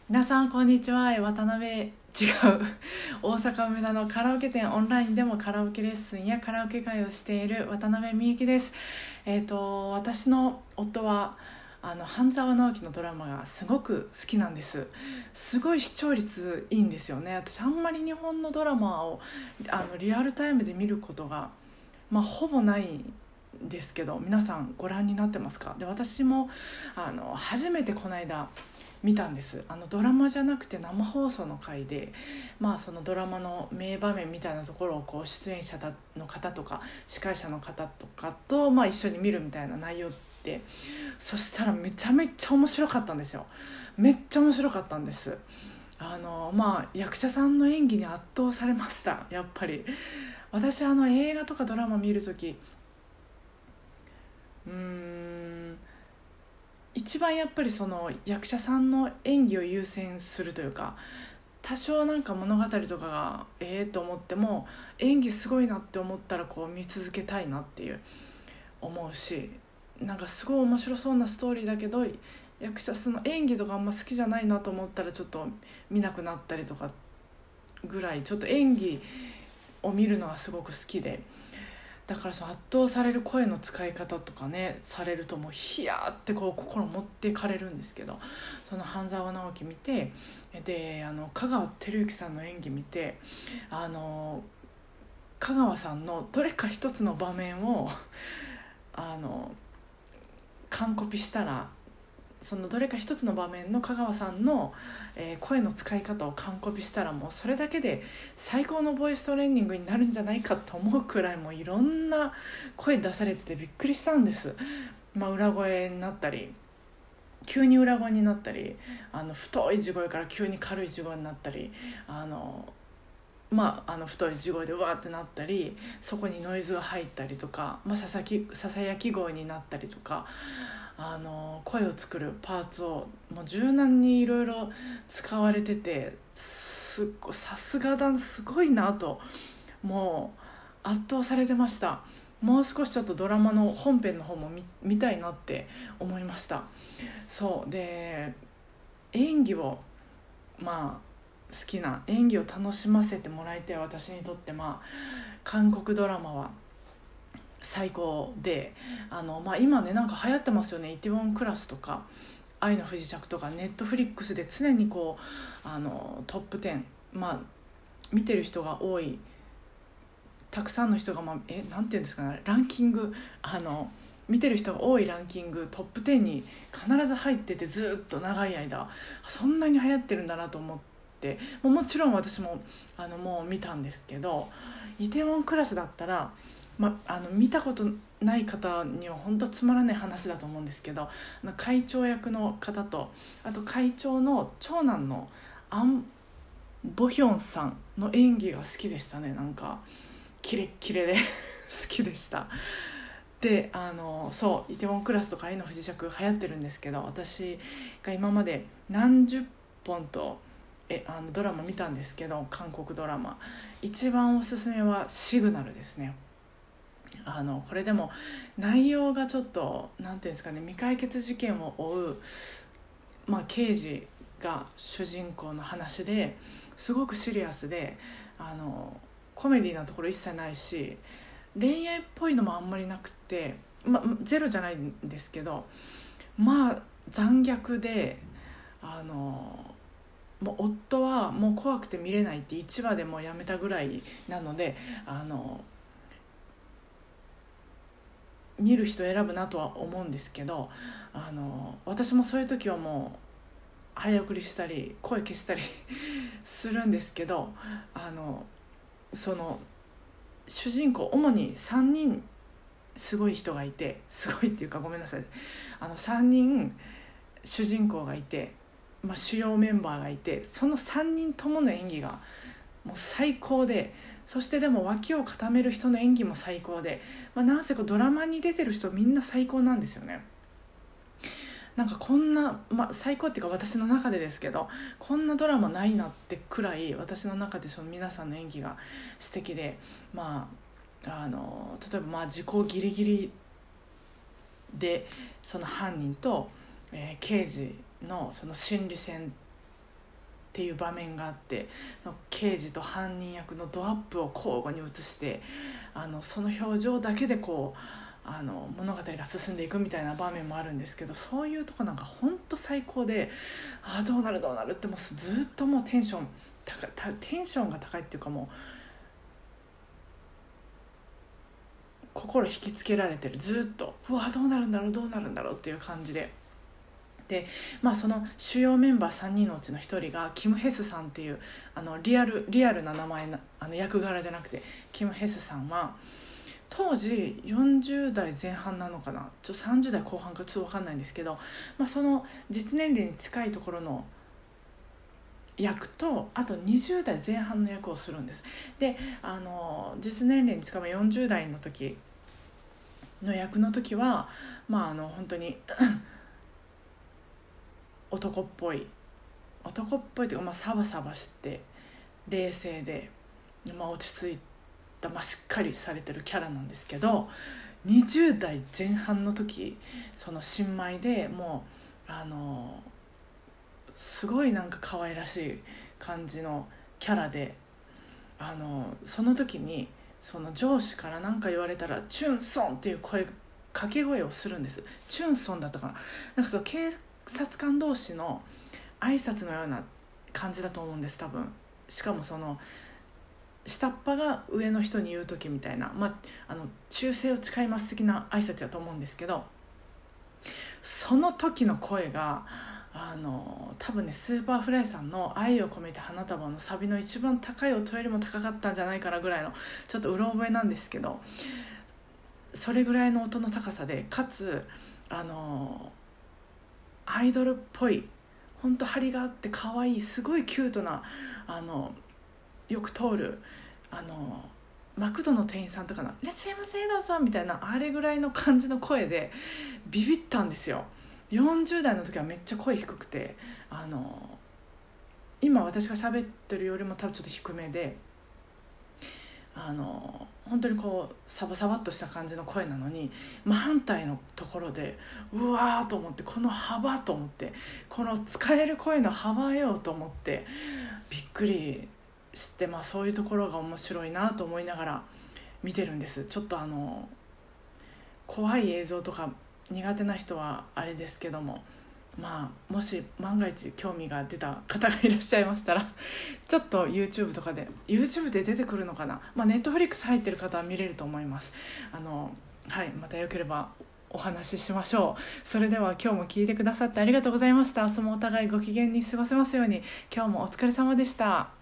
皆さんこんにちは。大阪梅田のカラオケ店オンラインでもカラオケレッスンやカラオケ会をしている渡辺美幸です。私の夫は半沢直樹のドラマがすごく好きなんです。すごい視聴率いいんですよね。私あんまり日本のドラマをリアルタイムで見ることが、ほぼないんですけど、皆さんご覧になってますか？で、私も初めてこの間見たんです。ドラマじゃなくて生放送の回で、そのドラマの名場面みたいなところを出演者の方とか司会者の方とかと、一緒に見るみたいな内容で、そしたらめちゃめちゃ面白かったんですよ。めっちゃ面白かったんです。役者さんの演技に圧倒されました。やっぱり私映画とかドラマ見るとき、一番やっぱりその役者さんの演技を優先するというか、多少なんか物語とかがと思っても演技すごいなって思ったら見続けたいなっていう思うし、なんかすごい面白そうなストーリーだけど役者その演技とかあんま好きじゃないなと思ったらちょっと見なくなったりとかぐらい、ちょっと演技を見るのはすごく好きで、だからその圧倒される声の使い方とかねされると、もうヒヤーって心持っていかれるんですけど、その半沢直樹見て、で香川照之さんの演技見て、香川さんのどれか一つの場面を完コピしたら、そのどれか一つの場面の香川さんの、声の使い方を完コピしたら、もうそれだけで最高のボイストレーニングになるんじゃないかと思うくらい、もういろんな声出されててびっくりしたんです。裏声になったり、急に裏声になったり、太い地声から急に軽い地声になったり、太い地声でわーってなったり、そこにノイズが入ったりとか、ささやき声になったりとか、声を作るパーツをもう柔軟にいろいろ使われてて、さすがだ、すごいなと、もう圧倒されてました。もう少しちょっとドラマの本編の方も 見たいなって思いました。そうで、演技を好きな演技を楽しませてもらいたい私にとって、韓国ドラマは最高で、今ねなんか流行ってますよね。イテウォンクラスとか愛の不時着とか、ネットフリックスで常にトップ10、見てる人が多い、たくさんの人がなんていうんですかね、ランキング、見てる人が多いランキングトップ10に必ず入ってて、ずっと長い間そんなに流行ってるんだなと思って、もちろん私ももう見たんですけど、イテウォンクラスだったら、見たことない方には本当つまらない話だと思うんですけど、会長役の方と、あと会長の長男のアン・ボヒョンさんの演技が好きでしたね。なんかキレッキレで好きでした。でイテウォンクラスとか愛の不時着流行ってるんですけど、私が今まで何十本とドラマ見たんですけど、韓国ドラマ一番おすすめはシグナルですね。これでも内容がちょっとなんていうんですかね、未解決事件を追う、刑事が主人公の話で、すごくシリアスで、コメディなところ一切ないし、恋愛っぽいのもあんまりなくて、ゼロじゃないんですけど、残虐で、もう夫はもう怖くて見れないって1話でもうやめたぐらいなので、見る人選ぶなとは思うんですけど、私もそういう時はもう早送りしたり声消したりするんですけど、その主人公主に3人すごい人がいて、すごいっていうかごめんなさい、3人主人公がいて、主要メンバーがいて、その3人ともの演技がもう最高で、そしてでも脇を固める人の演技も最高で、なんせドラマに出てる人みんな最高なんですよね。なんかこんな、最高っていうか私の中でですけど、こんなドラマないなってくらい私の中でその皆さんの演技が素敵で、例えば時効ギリギリでその犯人と、刑事のその心理戦っていう場面があって、刑事と犯人役のドアップを交互に映して、その表情だけでこう物語が進んでいくみたいな場面もあるんですけど、そういうとこなんか本当最高で、どうなるどうなるってもうずっともうテンションが高いっていうか、もう心引きつけられてる、ずっとうわどうなるんだろうどうなるんだろうっていう感じで。でその主要メンバー3人のうちの1人がキム・ヘスさんっていうリアルな名前役柄じゃなくて、キム・ヘスさんは当時40代前半なのかな、30代後半かちょっと分かんないんですけど、その実年齢に近いところの役と、あと20代前半の役をするんです。で実年齢に近い40代の時の役の時は本当に男っぽいというか、サバサバして冷静で、落ち着いた、しっかりされてるキャラなんですけど、20代前半の時、その新米でもうすごいなんか可愛らしい感じのキャラで、その時にその上司から何か言われたらチュンソンっていう掛け声をするんです。チュンソンだったかな、なんかそう警察官同士の挨拶のような感じだと思うんです多分。しかもその下っ端が上の人に言う時みたいな、忠誠を誓います的な挨拶だと思うんですけど、その時の声が多分ねスーパーフライさんの愛を込めて花束のサビの一番高い音よりも高かったんじゃないかなぐらいの、ちょっとうろ覚えなんですけど、それぐらいの音の高さで、かつアイドルっぽい、本当張りがあって可愛い、すごいキュートなよく通るマクドの店員さんとかの「いらっしゃいませどうぞ」みたいな、あれぐらいの感じの声でビビったんですよ。40代の時はめっちゃ声低くて、今私が喋ってるよりも多分ちょっと低めで、本当にこうサバサバっとした感じの声なのに、真反対のところでうわーと思って、この幅と思って、この使える声の幅よと思ってびっくりして、そういうところが面白いなと思いながら見てるんです。ちょっと怖い映像とか苦手な人はあれですけども、もし万が一興味が出た方がいらっしゃいましたらちょっと YouTube とかで YouTube で出てくるのかな、Netflix 入ってる方は見れると思います。またよければお話ししましょう。それでは今日も聞いてくださってありがとうございました。明日もお互いご機嫌に過ごせますように。今日もお疲れ様でした。